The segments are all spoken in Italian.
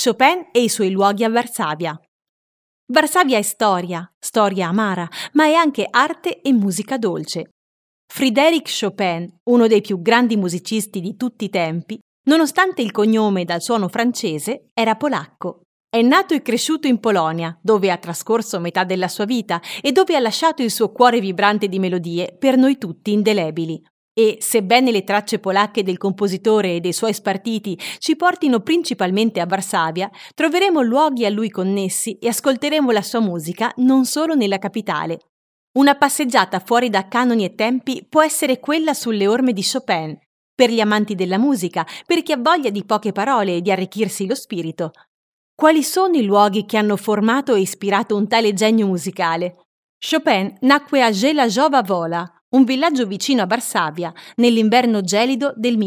Chopin e i suoi luoghi a Varsavia. Varsavia è storia amara, ma è anche arte e musica dolce. Frédéric Chopin, uno dei più grandi musicisti di tutti i tempi, nonostante il cognome dal suono francese, era polacco. È nato e cresciuto in Polonia, dove ha trascorso metà della sua vita e dove ha lasciato il suo cuore vibrante di melodie per noi tutti indelebili. E, sebbene le tracce polacche del compositore e dei suoi spartiti ci portino principalmente a Varsavia, troveremo luoghi a lui connessi e ascolteremo la sua musica non solo nella capitale. Una passeggiata fuori da canoni e tempi può essere quella sulle orme di Chopin, per gli amanti della musica, per chi ha voglia di poche parole e di arricchirsi lo spirito. Quali sono i luoghi che hanno formato e ispirato un tale genio musicale? Chopin nacque a Żelazowa Wola, un villaggio vicino a Varsavia, nell'inverno gelido del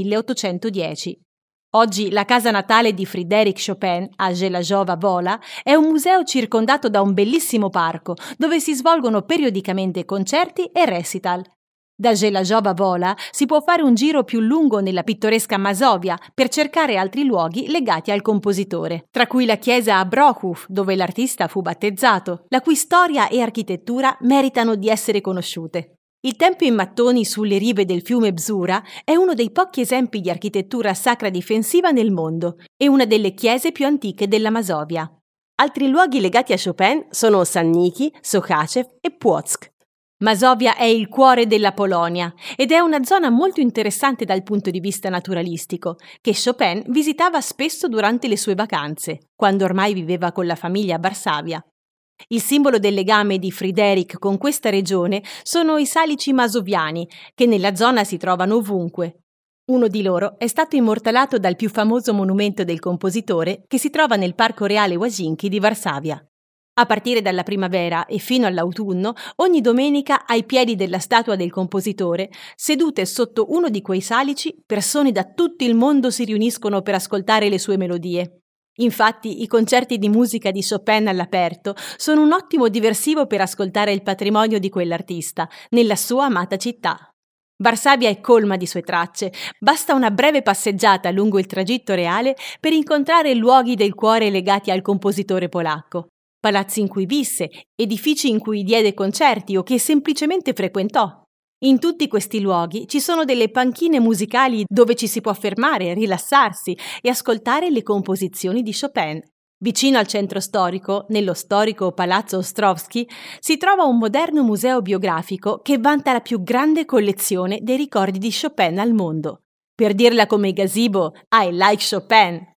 1810. Oggi la casa natale di Frédéric Chopin, a Żelazowa Wola, è un museo circondato da un bellissimo parco, dove si svolgono periodicamente concerti e recital. Da Żelazowa Wola si può fare un giro più lungo nella pittoresca Masovia per cercare altri luoghi legati al compositore, tra cui la chiesa a Brochów, dove l'artista fu battezzato, la cui storia e architettura meritano di essere conosciute. Il tempio in mattoni sulle rive del fiume Bzura è uno dei pochi esempi di architettura sacra difensiva nel mondo e una delle chiese più antiche della Masovia. Altri luoghi legati a Chopin sono Sanniki, Sochachev e Płock. Masovia è il cuore della Polonia ed è una zona molto interessante dal punto di vista naturalistico, che Chopin visitava spesso durante le sue vacanze, quando ormai viveva con la famiglia a Varsavia. Il simbolo del legame di Frédéric con questa regione sono i salici masoviani, che nella zona si trovano ovunque. Uno di loro è stato immortalato dal più famoso monumento del compositore che si trova nel Parco Reale Łazienki di Varsavia. A partire dalla primavera e fino all'autunno, ogni domenica ai piedi della statua del compositore, sedute sotto uno di quei salici, persone da tutto il mondo si riuniscono per ascoltare le sue melodie. Infatti, i concerti di musica di Chopin all'aperto sono un ottimo diversivo per ascoltare il patrimonio di quell'artista nella sua amata città. Varsavia è colma di sue tracce, basta una breve passeggiata lungo il tragitto reale per incontrare luoghi del cuore legati al compositore polacco. Palazzi in cui visse, edifici in cui diede concerti o che semplicemente frequentò. In tutti questi luoghi ci sono delle panchine musicali dove ci si può fermare, rilassarsi e ascoltare le composizioni di Chopin. Vicino al centro storico, nello storico Palazzo Ostrovsky, si trova un moderno museo biografico che vanta la più grande collezione dei ricordi di Chopin al mondo. Per dirla come Gazebo, I like Chopin!